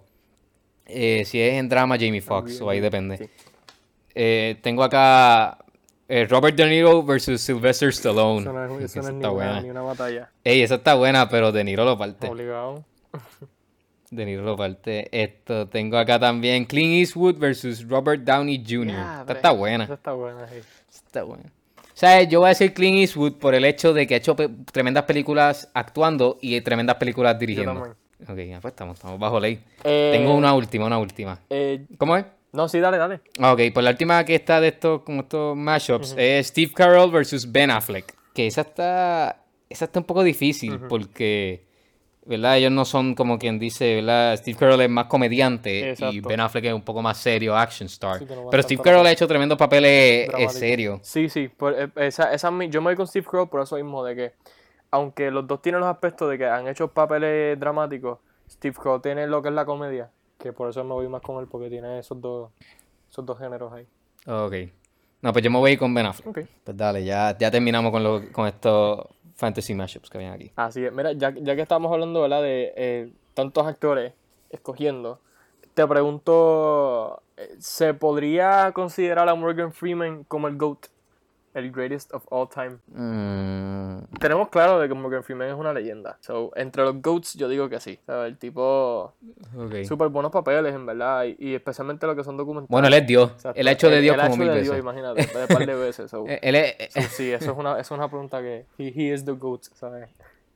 si es en drama, Jamie Foxx, Agree, o ahí agree. depende. Sí. Tengo acá Robert De Niro versus Sylvester Stallone. Eso no es, Esa eso no es está buena. ni una batalla. Ey, esa está buena, pero De Niro lo parte. Obligado. De Niro lo parte. Tengo acá también Clint Eastwood versus Robert Downey Jr. Ya, Esta está buena. Esa está buena, sí. Está buena. O sea, yo voy a decir Clint Eastwood por el hecho de que ha hecho tremendas películas actuando y tremendas películas dirigiendo. también. Ok, pues estamos bajo ley. Eh, Tengo una última. ¿Cómo es? No, sí, dale. Ok, pues la última que está de estos mashups es Steve Carell versus Ben Affleck. Que esa está un poco difícil porque, ¿verdad? Ellos no son como quien dice, ¿verdad? Steve Carell es más comediante y Exacto. Ben Affleck es un poco más serio, action star. Sí, que no va a Pero estar Steve tan Carell ha fácil. hecho tremendos papeles Dramático. serios. Sí, yo me voy con Steve Carell por eso mismo, de que aunque los dos tienen los aspectos de que han hecho papeles dramáticos, Steve Carell tiene lo que es la comedia, que por eso me voy más con él, porque tiene esos dos géneros ahí. Ok. No, pues yo me voy a ir con Ben Affleck. Ok. Pues dale, ya terminamos con estos fantasy mashups que habían aquí. Así es, mira, ya que estamos hablando, ¿verdad? De tantos actores escogiendo, te pregunto, ¿se podría considerar a Morgan Freeman como el GOAT? El greatest of all time. Tenemos claro de que Morgan Freeman es una leyenda. So, entre los GOATs yo digo que sí. ¿Sabes? El tipo, Ok. súper buenos papeles, en verdad. Y especialmente lo que son documentales. Bueno, él es Dios. Exacto. Él ha hecho de Dios Él ha como hecho mil de Dios, veces. imagínate, un par de veces. So, Él es... so, sí, eso es una pregunta que... He is the GOAT, ¿sabes?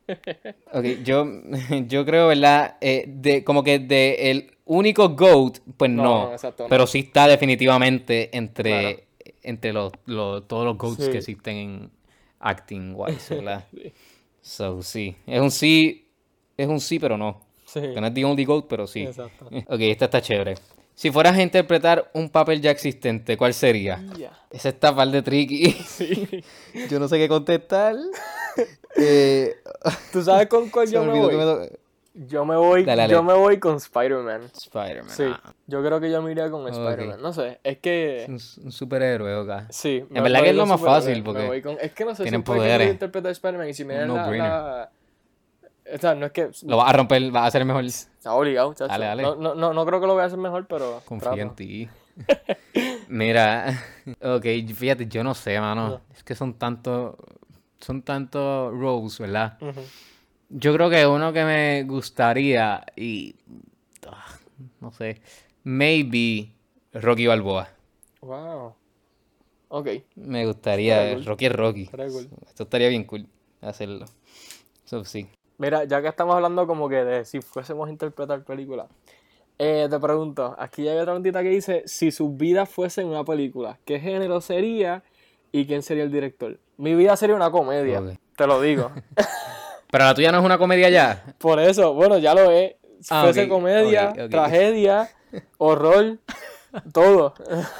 Ok, yo creo, ¿verdad? Como que de el único GOAT, pues No, no. exacto, Pero no. sí está definitivamente Claro. entre todos los GOATs que Sí. existen en acting wise, ¿verdad? Sí. So, sí. Es un sí, pero no. Que Sí. no es the only GOAT, pero sí. Exacto. Ok, esta está chévere. Si fueras a interpretar un papel ya existente, ¿cuál sería? Ya. Esa está par de tricky. Sí. Yo no sé qué contestar. Eh, ¿Tú sabes con cuál Se yo me me olvidó que voy? Dale, Yo dale. me voy con Spider-Man. Spider-Man. Sí. Yo creo que yo me iría con Ok. Spider-Man. No sé, es Es que un superhéroe, ok. sí, En me verdad que voy es lo con más superhéroe. fácil Me porque voy con. Es que no sé, tienen siempre que quiero poderes. interpretar a Spider-Man y si me Un dan no-brainer. O sea, no es que. Lo vas a romper, vas a hacer mejor. Está obligado, Dale, chacho. dale. No creo que lo voy a hacer mejor, pero Confío en trato. ti. Mira, ok, fíjate, yo no sé, mano. No. Es que son tantos roles, ¿verdad? Ujú. Yo creo que uno que me gustaría y ah, no sé, maybe Rocky Balboa. Wow. Ok. Me Estaría gustaría, cool. Rocky es Rocky. Estaría cool. Esto estaría bien cool hacerlo. Eso sí. Mira, ya que estamos hablando como que de si fuésemos a interpretar películas, te pregunto, aquí hay otra preguntita que dice, si sus vidas fuesen una película, ¿qué género sería y quién sería el director? Mi vida sería una comedia, Ok. te lo digo. Pero la tuya no es una comedia ya. Por eso, bueno, ya lo es. Si Ah, ok, fuese ok, comedia, ok. tragedia, horror, todo.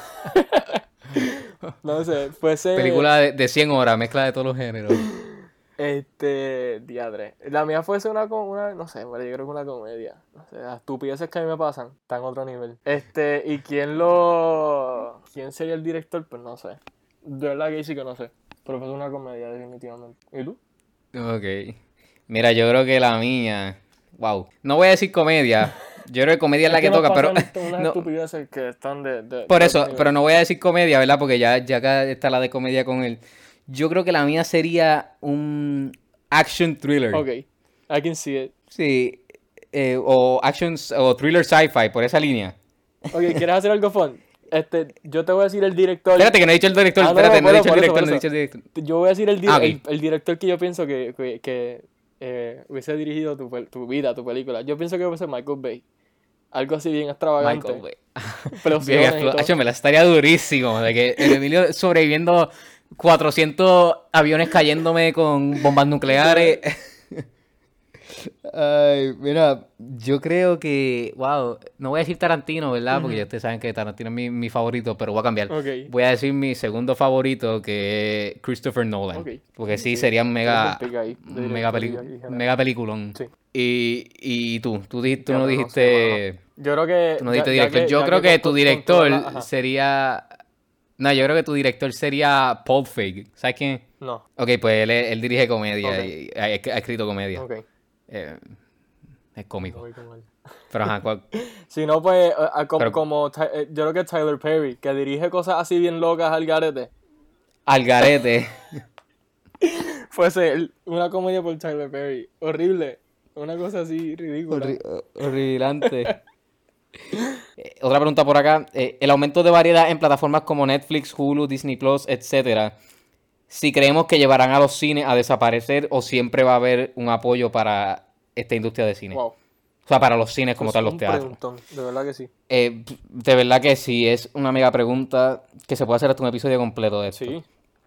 No sé, fuese... Película de 100 horas, mezcla de todos los géneros. Diadre. La mía fuese no sé, pero yo creo que una comedia. No sé, las estupideces que a mí me pasan están a otro nivel. ¿Y quién sería el director? Pues no sé. De verdad que sí que no sé. Pero fuese una comedia, definitivamente. ¿Y tú? Ok. Mira, yo creo que la mía. Wow. No voy a decir comedia. Yo creo que comedia es Es la que que nos toca, pero. pasan unas No. estupideces que están Por de otro eso, nivel. pero no voy a decir comedia, ¿verdad? Porque ya acá está la de comedia con él. Yo creo que la mía sería un action thriller. Ok, I can see it. Sí. O action o thriller sci-fi, por esa línea. Ok, ¿quieres hacer algo fun? Yo te voy a decir el director. Espérate, que no he dicho el director. Ah, no, Espérate, no he dicho el por eso, director, por no he eso. dicho el director. Yo voy a decir Ah, ok. el director que yo pienso que hubiese dirigido tu vida, tu película. Yo pienso que hubiese Michael Bay. Algo así bien Michael, extravagante. güey. Bien, Explosiones y todo. me la estaría durísimo. De que el Emilio sobreviviendo 400 aviones cayéndome con bombas nucleares. Ay, mira, yo creo que, wow, no voy a decir Tarantino, ¿verdad? Porque ya Ujú. ustedes saben que Tarantino es mi favorito, pero voy a cambiar. Ok, Voy a decir mi segundo favorito, que es Christopher Nolan. ok. Porque sí, Sí, sería un tienes buen pick ahí de director y género. mega peliculón. Sí. Y tú no Diablo, no sé, mano. dijiste, Yo creo que, tú no dijiste director. Yo ya creo que que tu con todas director las... Ajá. sería, no, yo creo que tu director sería Paul Feig. ¿Sabes quién? No. Ok, pues él dirige comedia Ok, y ha escrito comedia. ok. Eh, es Me cómico. voy con él. Pero ajá, Si no, pues, pero yo creo que Tyler Perry, que dirige cosas así bien locas al garete. al garete. Fuese una comedia por Tyler Perry. Horrible. Una cosa así ridícula. Horripilante. Otra pregunta por acá. El aumento de variedad en plataformas como Netflix, Hulu, Disney Plus, etcétera. Si creemos que llevarán a los cines a desaparecer o siempre va a haber un apoyo para esta industria de cine. Wow. O sea, para los cines como Pues tal, los un teatros. preguntón. De verdad que sí. De verdad que sí, es una mega pregunta que se puede hacer hasta un episodio completo de esto. Sí.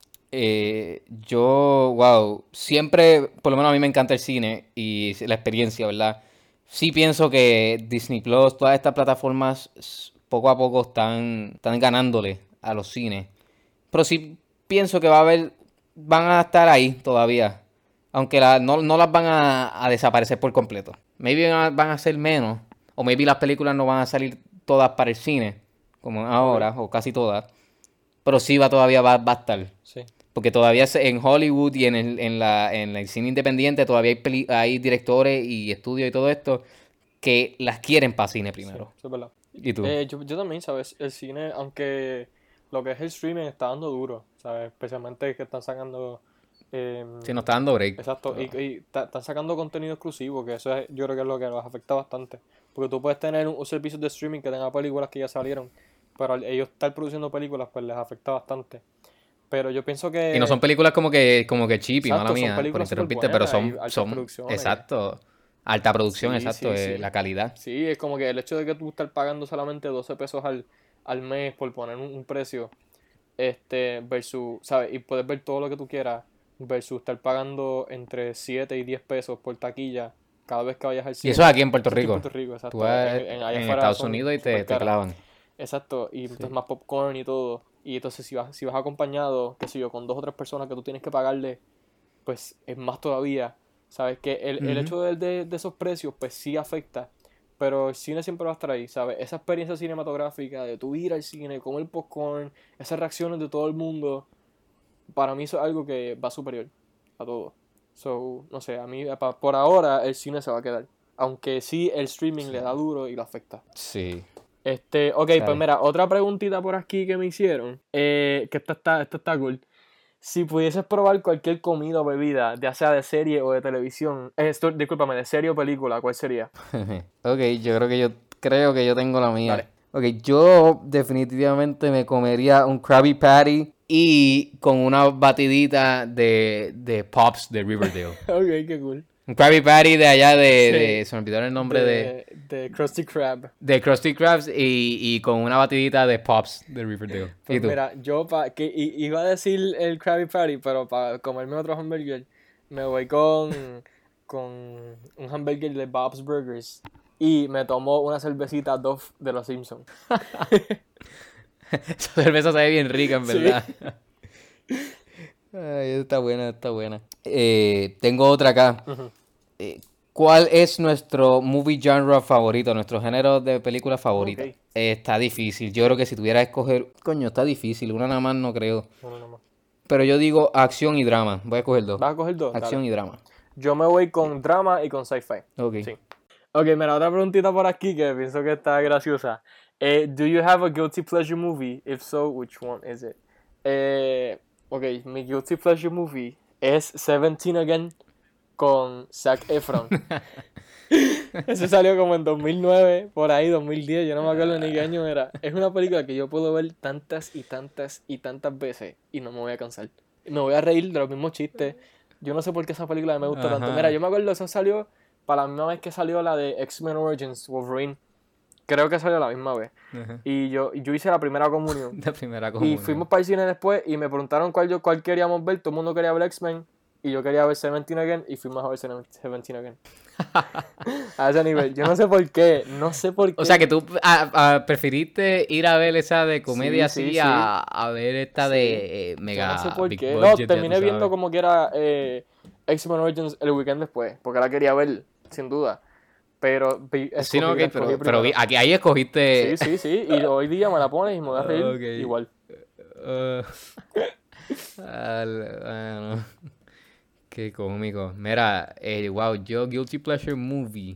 Wow, siempre, por lo menos a mí me encanta el cine y la experiencia, ¿verdad? Sí pienso que Disney Plus, todas estas plataformas poco a poco están ganándole a los cines. Pero sí pienso que van a estar ahí todavía. Aunque no las van a desaparecer por completo. Maybe van a ser menos. O maybe las películas no van a salir todas para el cine. Como Ok. ahora, o casi todas. Pero sí todavía va a estar. Sí. Porque todavía en Hollywood y en el cine independiente todavía hay directores y estudios y todo esto que las quieren para cine Sí. primero. Eso es verdad. ¿Y tú? Yo también, ¿sabes? El cine, aunque lo que es el streaming está dando duro, ¿sabes? Especialmente que están sacando... Sí, nos está dando break. Exacto, Pero están sacando contenido exclusivo, que eso yo creo que es lo que nos afecta bastante. Porque tú puedes tener un servicio de streaming que tenga películas que ya salieron, pero al ellos estar produciendo películas, pues les afecta bastante. Pero yo pienso Y no son que, películas como que cheapy, mala exacto, son mía, por películas súper interrumpirte, pero buenas y son, altas son, producciones. exacto, alta producción, Sí, exacto, sí, sí. la calidad. Sí, es como que el hecho de que tú estés pagando solamente 12 pesos al mes por poner un precio, versus, ¿sabes? Y puedes ver todo lo que tú quieras, versus estar pagando entre 7 y 10 pesos por taquilla cada vez que vayas al Y eso es cine. aquí en Puerto Eso aquí en Rico. Puerto Rico, Tú exacto. vas Allá en afuera Estados son Unidos y súper te caras. clavan. Exacto, y entonces Sí. más popcorn y todo. Y entonces si vas acompañado, qué sé yo, con 2 o 3 personas que tú tienes que pagarle, pues es más todavía. ¿Sabes? Que el Ujú. hecho de esos precios, pues sí afecta. Pero el cine siempre va a estar ahí, ¿sabes? Esa experiencia cinematográfica de tú ir al cine, comer popcorn, esas reacciones de todo el mundo, para mí eso es algo que va superior a todo. So, no sé, a mí por ahora el cine se va a quedar. Aunque sí el streaming le da duro y lo afecta. Sí, Ok, pues dale. mira, otra preguntita por aquí que me hicieron. Que esta está cool. Si pudieses probar cualquier comida o bebida, ya sea de serie o de televisión, discúlpame, de serie o película, ¿cuál sería? Ok, yo creo que yo tengo la mía. Dale. Ok, yo definitivamente me comería un Krabby Patty y con una batidita de Pops de Riverdale. Ok, qué cool. Un Krabby Patty de allá Sí, se me olvidó el nombre de Krusty Krab. de Krusty Krabs y con una batidita de Pops de Riverdale. ¿Y Pues tú? mira, iba a decir el Krabby Patty, pero para comerme otro hamburger, me voy con un hamburger de Bob's Burgers y me tomo una cervecita Dove de los Simpsons. Esa cerveza sabe bien rica, en Sí. verdad. Ay, está buena, está buena. Tengo otra acá. Ujú. Eh, ¿Cuál es nuestro movie genre favorito, nuestro género de película Ok. favorita? Está difícil. Yo creo que si tuviera que escoger, coño, está difícil. Una nada más no creo. No, no, no más. Pero yo digo acción y drama. Voy a escoger dos. ¿Vas a coger dos? Dale. Acción y drama. Yo me voy con drama y con sci-fi. Ok. Sí. Ok, mira, otra preguntita por aquí que pienso que está graciosa. Do you have a guilty pleasure movie? If so, which one is it? Eh, ok, mi guilty pleasure movie es Seventeen Again con Zac Efron. Ese salió como en 2009, por ahí, 2010, yo no me acuerdo ni qué año era. Es una película que yo puedo ver tantas y tantas y tantas veces y no me voy a cansar. Me voy a reír de los mismos chistes. Yo no sé por qué esa película me gusta tanto. Mira, Ajá. yo me acuerdo, eso salió para la misma vez que salió la de X-Men Origins Wolverine. Creo que salió la misma vez. Ajá. Y yo hice la primera comunión. La primera Y comunión. fuimos para el cine después y me preguntaron cuál queríamos ver. Todo el mundo quería ver X-Men. Y yo quería ver Seventeen Again y fuimos a ver Seventeen Again. A ese nivel. Yo no sé por qué. No sé por O sea qué. que tú preferiste ir a ver esa de comedia Sí, sí, así sí. a ver esta Sí. de Yo no sé mega por big qué. No, budget, ya tú terminé viendo sabes. como que era X-Men Origins el weekend después. Porque la quería ver, sin duda. Pero Sí, no, ok, la escogí pero primero. aquí, ahí escogiste. Sí, sí, sí. Y hoy día me la pones y me voy a reír Ok. igual. Uh, bueno, qué cómico. Mira, wow, yo Guilty Pleasure Movie.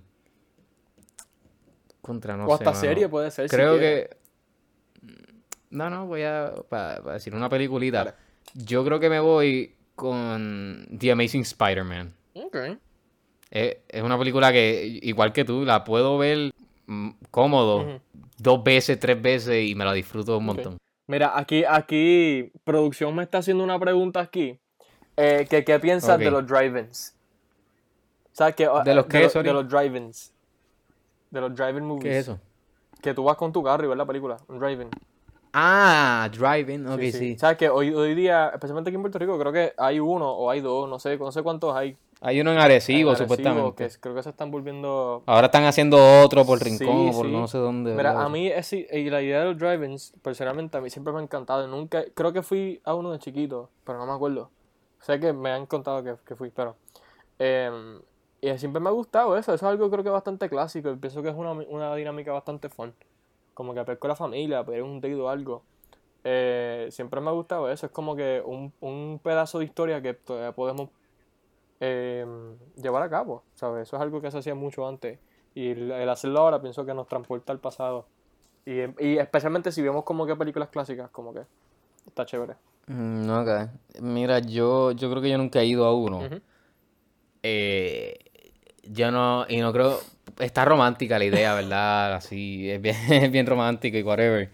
Contra, no O sé, hasta serie mano. puede ser si Creo quieres. que. No, no, voy a. Para decir una peliculita. Dale. Yo creo que me voy con The Amazing Spider-Man. Ok. Es una película que, igual que tú, la puedo ver cómodo Ujú, 2 veces, 3 veces y me la disfruto un ok. montón. Mira, aquí producción me está haciendo una pregunta aquí. ¿Qué piensas de Ok. los drive-ins? ¿Sabes qué? ¿De los qué, De sorry? los drive-ins. De los drive-in ¿Qué es movies. eso? Que tú vas con tu carro y ves la película. Un drive-in. Ah, Driving. Ok, Sí, sí. sí. ¿Sabes que hoy día, especialmente aquí en Puerto Rico, creo que hay uno o hay dos, no sé cuántos hay Hay uno en en Arecibo, Arecibo, supuestamente. creo que se están volviendo. Ahora están haciendo otro por Rincón Sí, o por no sí. sé dónde, Mira, ¿verdad? a mí y la idea de los drive-ins, personalmente, a mí siempre me ha encantado. Nunca, creo que fui a uno de chiquito, pero no me acuerdo. Sé que me han contado que fui, pero. em, y siempre me ha gustado eso. Eso es algo creo que bastante clásico. Y pienso que es una dinámica bastante fun. Como que ver con la familia, ver un date o algo. Siempre me ha gustado eso. Es como que un pedazo de historia que todavía podemos llevar a cabo, ¿sabes? Eso es algo que se hacía mucho antes. Y el hacerlo ahora pienso que nos transporta al pasado. Y especialmente si vemos como que películas clásicas, como que está chévere. No, ok. Mira, yo creo que yo nunca he ido a uno. Ujú. Eh, yo no, y no creo, está romántica la idea, ¿verdad? Así, es bien, es bien romántico y whatever.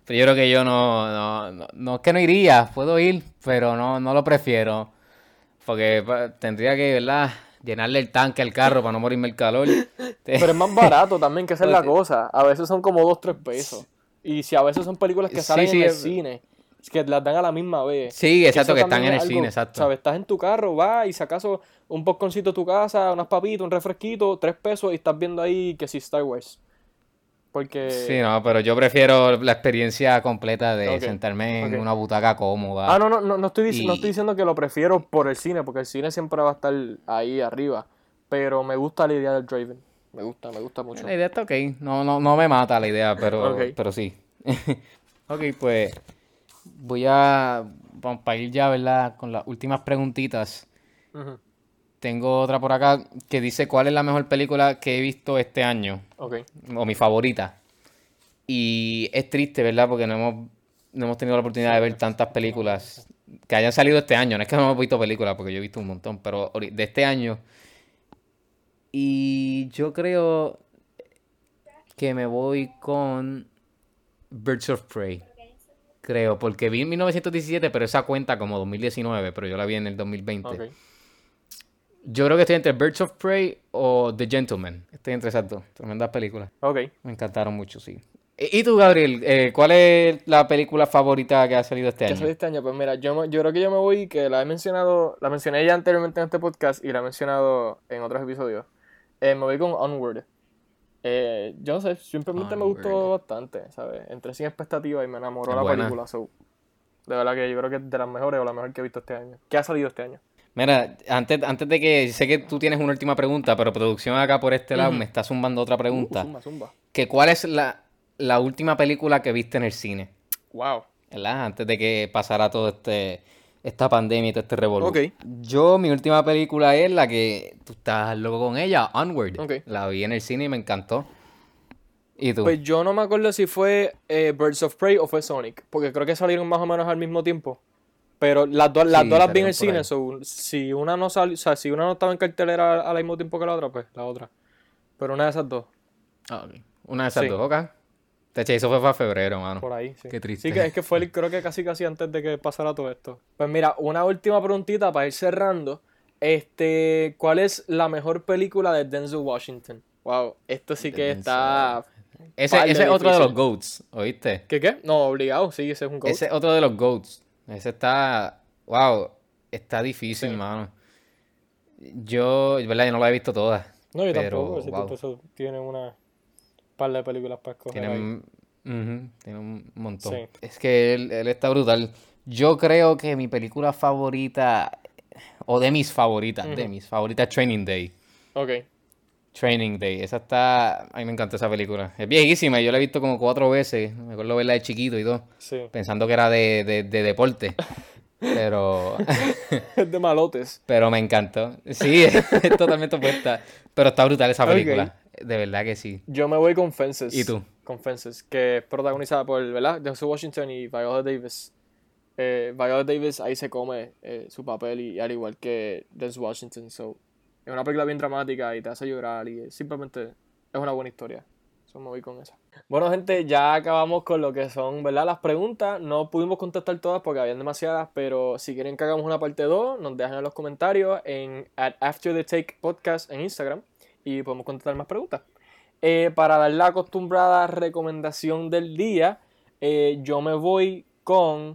Pero yo creo que yo no es que no iría, puedo ir, pero no lo prefiero. Porque tendría que, ¿verdad? Llenarle el tanque al carro para no morirme el calor. Pero es más barato también, que esa es la Ok. cosa. A veces son como 2, 3 pesos. Y si a veces son películas que Sí, salen sí, en el es- cine, es que las dan a la misma vez. Sí, exacto, eso que están también en es el algo, cine, exacto. ¿sabes? Estás en tu carro, vas y sacas un popcorncito a tu casa, unas papitas, un refresquito, 3 pesos y estás viendo ahí que sí Star Wars. Sí, Porque... no, pero yo prefiero la experiencia completa de Ok, sentarme en ok. una butaca cómoda. No estoy, no estoy Y diciendo que lo prefiero por el cine, porque el cine siempre va a estar ahí arriba. Pero me gusta la idea del drive-in. Me gusta mucho. la idea está ok. No me mata la idea, Ok. pero sí. Ok, pues vamos para ir ya, ¿verdad? Con las últimas preguntitas. Ujú, Tengo otra por acá que dice cuál es la mejor película que he visto este año, ok. o mi favorita. Y es triste, ¿verdad? Porque no hemos tenido la oportunidad de ver tantas películas que hayan salido este año. No es que no hemos visto películas, porque yo he visto un montón, pero de este año. Y yo creo que me voy con Birds of Prey. Creo, porque vi en 1917, pero esa cuenta como 2019, pero yo la vi en el 2020. Ok. Yo creo que estoy entre Birds of Prey o The Gentleman. Estoy entre esas dos. Tremendas películas. Ok. Me encantaron mucho, sí. ¿Y tú, Gabriel? ¿Cuál es la película favorita que ha salido este ¿Qué año? salió este año? Pues mira, yo creo que yo me voy, que la he mencionado, la mencioné ya anteriormente en este podcast y la he mencionado en otros episodios. Me voy con Onward. Yo no sé, simplemente me gustó Onward. bastante, ¿sabes? Entré sin expectativa y me enamoró Es la buena. película. So, de verdad que yo creo que es de las mejores o la mejor que he visto este año. ¿Qué ha salido este año? Mira, antes de que... Sé que tú tienes una última pregunta, pero producción acá por este lado Ujú. me está zumbando otra pregunta. Zumba, zumba. Que ¿cuál es la última película que viste en el cine? Wow. ¿Verdad? Antes de que pasara todo esta pandemia y todo este revolú. Ok. Mi última película es la que tú estás loco con ella, Onward. Ok. La vi en el cine y me encantó. ¿Y tú? Pues yo no me acuerdo si fue Birds of Prey o fue Sonic, porque creo que salieron más o menos al mismo tiempo. Pero las Sí, dos las vi en salieron el por cine, ahí. so, si una no salió, o sea, si una no estaba en cartelera al mismo tiempo que la otra, pues la otra. Pero una de esas dos. Ah, ok. Una de esas Sí, dos, ok. Te eso fue para febrero, mano. por ahí, sí. Qué Sí, triste. que es que fue creo que casi antes de que pasara todo esto. Pues mira, una última preguntita para ir cerrando. ¿Cuál es la mejor película de Denzel Washington? Wow, esto sí que está Ese es otro de los difícil. GOATs, ¿oíste? ¿Qué? No, obligado, sí, ese es un GOAT. Ese es otro de los GOATs. Ese está... Wow, está difícil, Sí. mano. ¿Verdad? Yo no la he visto todas. No, yo Pero, tampoco, ese tipo wow. eso tiene una par de películas para escoger ahí. Tiene un montón. Sí. Es que él está brutal. Yo creo que mi película favorita, o de mis favoritas, es Training Day. Ok, Training Day, esa está... A mí me encanta esa película. Es viejísima, yo la he visto como 4 veces. Me acuerdo verla de chiquito y todo. sí. Pensando que era de deporte. Pero... Es de malotes. pero me encantó. Sí, es totalmente opuesta. Pero está brutal esa Ok. película. De verdad que sí. Yo me voy con Fences. ¿Y tú? Con Fences, que es protagonizada por, ¿verdad? Denzel Washington y Viola Davis. Viola Davis ahí se come su papel y al igual que Denzel Washington. So, es una película bien dramática y te hace llorar y simplemente es una buena historia. So, me voy con esa. Bueno, gente, ya acabamos con lo que son, ¿verdad? Las preguntas. No pudimos contestar todas porque habían demasiadas, pero si quieren que hagamos una parte 2 nos dejan en los comentarios en @AfterTheTakePodcast en Instagram y podemos contestar más preguntas. Para dar la acostumbrada recomendación del día, yo me voy con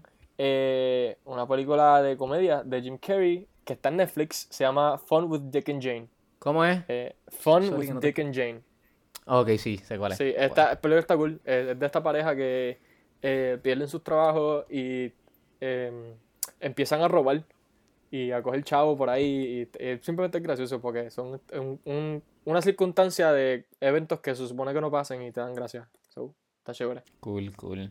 una película de comedia de Jim Carrey que está en Netflix, se llama Fun with Dick and Jane. ¿Cómo es? Fun Sorry with que no Dick and Jane. Ok, sí, sé cuál es. Sí, esta película está cool. Es de esta pareja que pierden sus trabajos y empiezan a robar y a coger chavo por ahí. Y simplemente es gracioso porque son una circunstancia de eventos que se supone que no pasen y te dan gracia. So, está chévere. Cool, cool.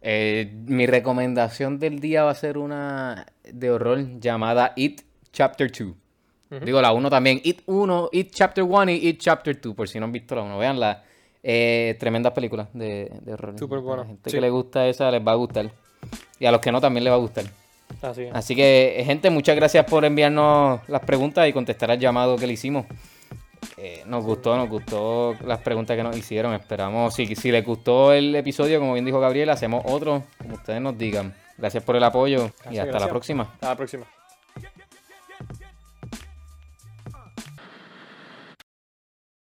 Mi recomendación del día va a ser una de horror llamada It Chapter 2. Ujú. Digo, la 1 también. It 1, It Chapter 1 y It Chapter 2, por si no han visto la 1. Veanla. Tremendas películas de horror. Súper A buena, la gente sí. que le gusta esa les va a gustar. Y a los que no también les va a gustar. Así es. Así que, gente, muchas gracias por enviarnos las preguntas y contestar al llamado que le hicimos. Nos gustó las preguntas que nos hicieron. Esperamos, si les gustó el episodio, como bien dijo Gabriel, hacemos otro, como ustedes nos digan. Gracias por el apoyo y hasta la próxima. Hasta la próxima.